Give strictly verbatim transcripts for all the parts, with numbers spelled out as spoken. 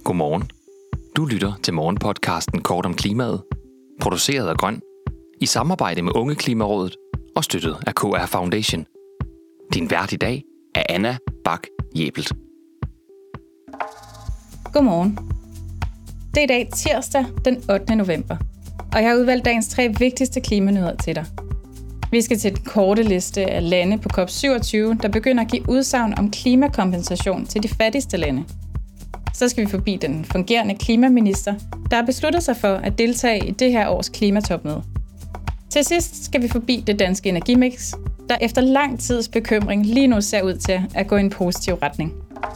Godmorgen. Du lytter til morgenpodcasten Kort om klimaet, produceret af Grøn, i samarbejde med Unge Klimarådet og støttet af K R Foundation. Din vært i dag er Anna Bak Jebelt. Godmorgen. Det er i dag tirsdag den ottende november, og jeg har udvalgt dagens tre vigtigste klimanyheder til dig. Vi skal til den korte liste af lande på C O P syvogtyve, der begynder at give udsagn om klimakompensation til de fattigste lande. Så skal vi forbi den fungerende klimaminister, der har besluttet sig for at deltage i det her års klimatopmøde. Til sidst skal vi forbi det danske energimix, der efter lang tids bekymring lige nu ser ud til at gå i en positiv retning.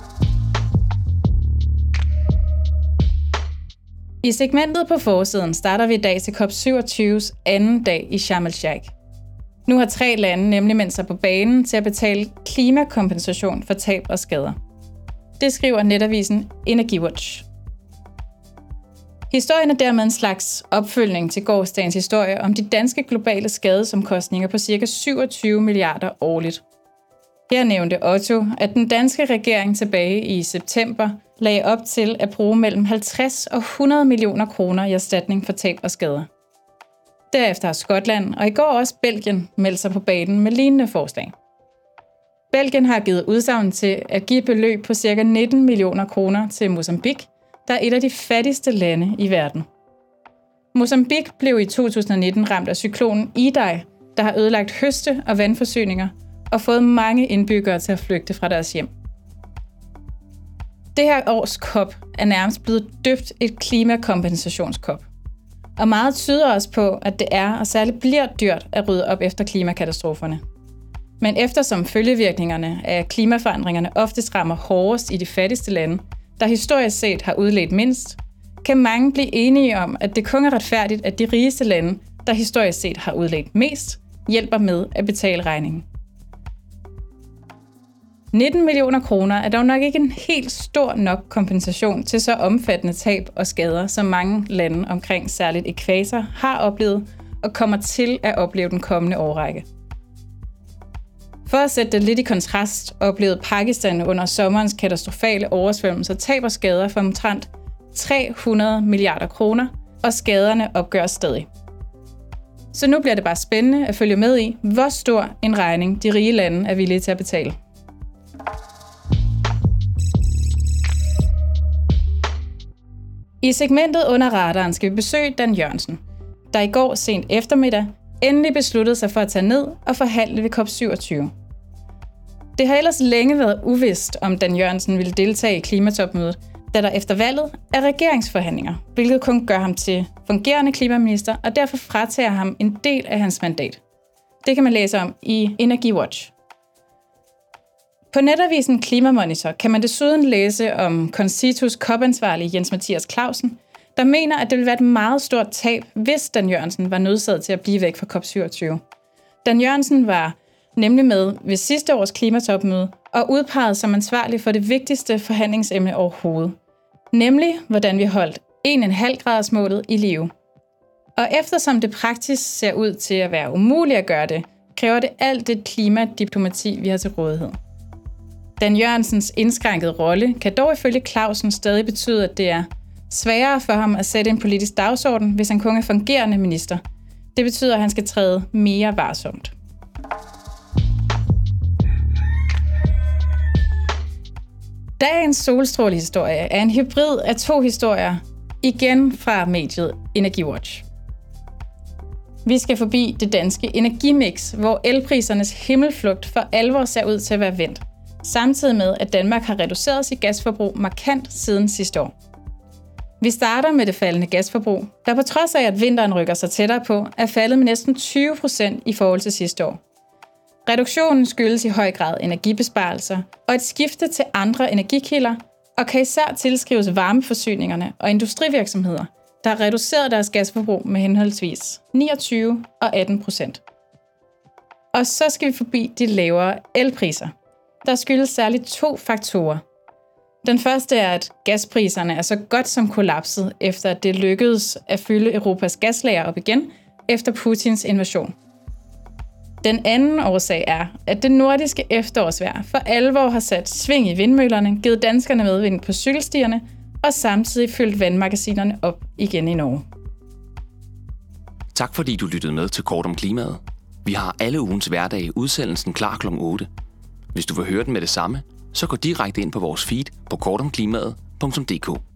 I segmentet på forsiden starter vi i dag til C O P syvogtyves anden dag i Sharm el-Sheikh. Nu har tre lande nemlig meldt sig på banen til at betale klimakompensation for tab og skader. Det skriver netavisen EnergiWatch. Historien er dermed en slags opfølgning til gårsdagens historie om de danske globale skadesomkostninger på ca. syvogtyve milliarder årligt. Her nævnte Otto, at den danske regering tilbage i september lagde op til at bruge mellem halvtreds og hundrede millioner kroner i erstatning for tab og skader. Derefter har Skotland og i går også Belgien meldt sig på banen med lignende forslag. Belgien har givet udsagn til at give beløb på ca. nitten millioner kroner til Mozambique, der er et af de fattigste lande i verden. Mozambique blev i to tusind og nitten ramt af cyklonen Idai, der har ødelagt høste- og vandforsyninger og fået mange indbyggere til at flygte fra deres hjem. Det her års C O P er nærmest blevet døbt et klimakompensations-C O P. Og meget tyder også på, at det er og særligt bliver dyrt at rydde op efter klimakatastroferne. Men eftersom følgevirkningerne af klimaforandringerne oftest rammer hårdest i de fattigste lande, der historisk set har udledt mindst, kan mange blive enige om, at det kun er retfærdigt, at de rigeste lande, der historisk set har udledt mest, hjælper med at betale regningen. nitten millioner kroner er dog nok ikke en helt stor nok kompensation til så omfattende tab og skader, som mange lande omkring særligt ækvator har oplevet og kommer til at opleve den kommende årrække. For at sætte det lidt i kontrast, oplevede Pakistan under sommerens katastrofale oversvømmelser tab og skader for omtrent tre hundrede milliarder kroner, og skaderne opgøres stadig. Så nu bliver det bare spændende at følge med i, hvor stor en regning de rige lande er villige til at betale. I segmentet under radaren skal vi besøge Dan Jørgensen, der i går sent eftermiddag endelig besluttede sig for at tage ned og forhandle ved C O P syvogtyve. Det har ellers længe været uvist, om Dan Jørgensen ville deltage i klimatopmødet, da der efter valget er regeringsforhandlinger, hvilket kun gør ham til fungerende klimaminister og derfor fratager ham en del af hans mandat. Det kan man læse om i EnergiWatch. På netavisen Klimamonitor kan man desuden læse om Concitos C O P-ansvarlige Jens Mathias Clausen, der mener, at det ville være et meget stort tab, hvis Dan Jørgensen var nødsaget til at blive væk fra C O P syvogtyve. Dan Jørgensen var nemlig med ved sidste års klimatopmøde og udpeget som ansvarlig for det vigtigste forhandlingsemne overhovedet, nemlig hvordan vi holdt en komma fem graders målet i live. Og eftersom det praktisk ser ud til at være umuligt at gøre det, kræver det alt det klimadiplomati, vi har til rådighed. Dan Jørgensens indskrænkede rolle kan dog ifølge Clausen stadig betyde, at det er sværere for ham at sætte en politisk dagsorden, hvis han kun er fungerende minister. Det betyder, at han skal træde mere varsomt. Dagens solstrålehistorie er en hybrid af to historier, igen fra mediet EnergiWatch. Vi skal forbi det danske energimix, hvor elprisernes himmelflugt for alvor ser ud til at være vendt, samtidig med, at Danmark har reduceret sit gasforbrug markant siden sidste år. Vi starter med det faldende gasforbrug, der på trods af, at vinteren rykker sig tættere på, er faldet med næsten tyve procent i forhold til sidste år. Reduktionen skyldes i høj grad energibesparelser og et skifte til andre energikilder, og kan især tilskrives varmeforsyningerne og industrivirksomheder, der har reduceret deres gasforbrug med henholdsvis niogtyve og atten procent. Og så skal vi forbi de lavere elpriser. Der skyldes særligt to faktorer. Den første er, at gaspriserne er så godt som kollapset, efter at det lykkedes at fylde Europas gaslager op igen efter Putins invasion. Den anden årsag er, at det nordiske efterårsvejr for alvor har sat sving i vindmøllerne, givet danskerne medvind på cykelstierne og samtidig fyldt vandmagasinerne op igen i Norge. Tak fordi du lyttede med til Kort om klimaet. Vi har alle ugens hverdage udsendelsen klar klokken otte. Hvis du vil høre den med det samme, så gå direkte ind på vores feed på kortomklimaet punktum d k.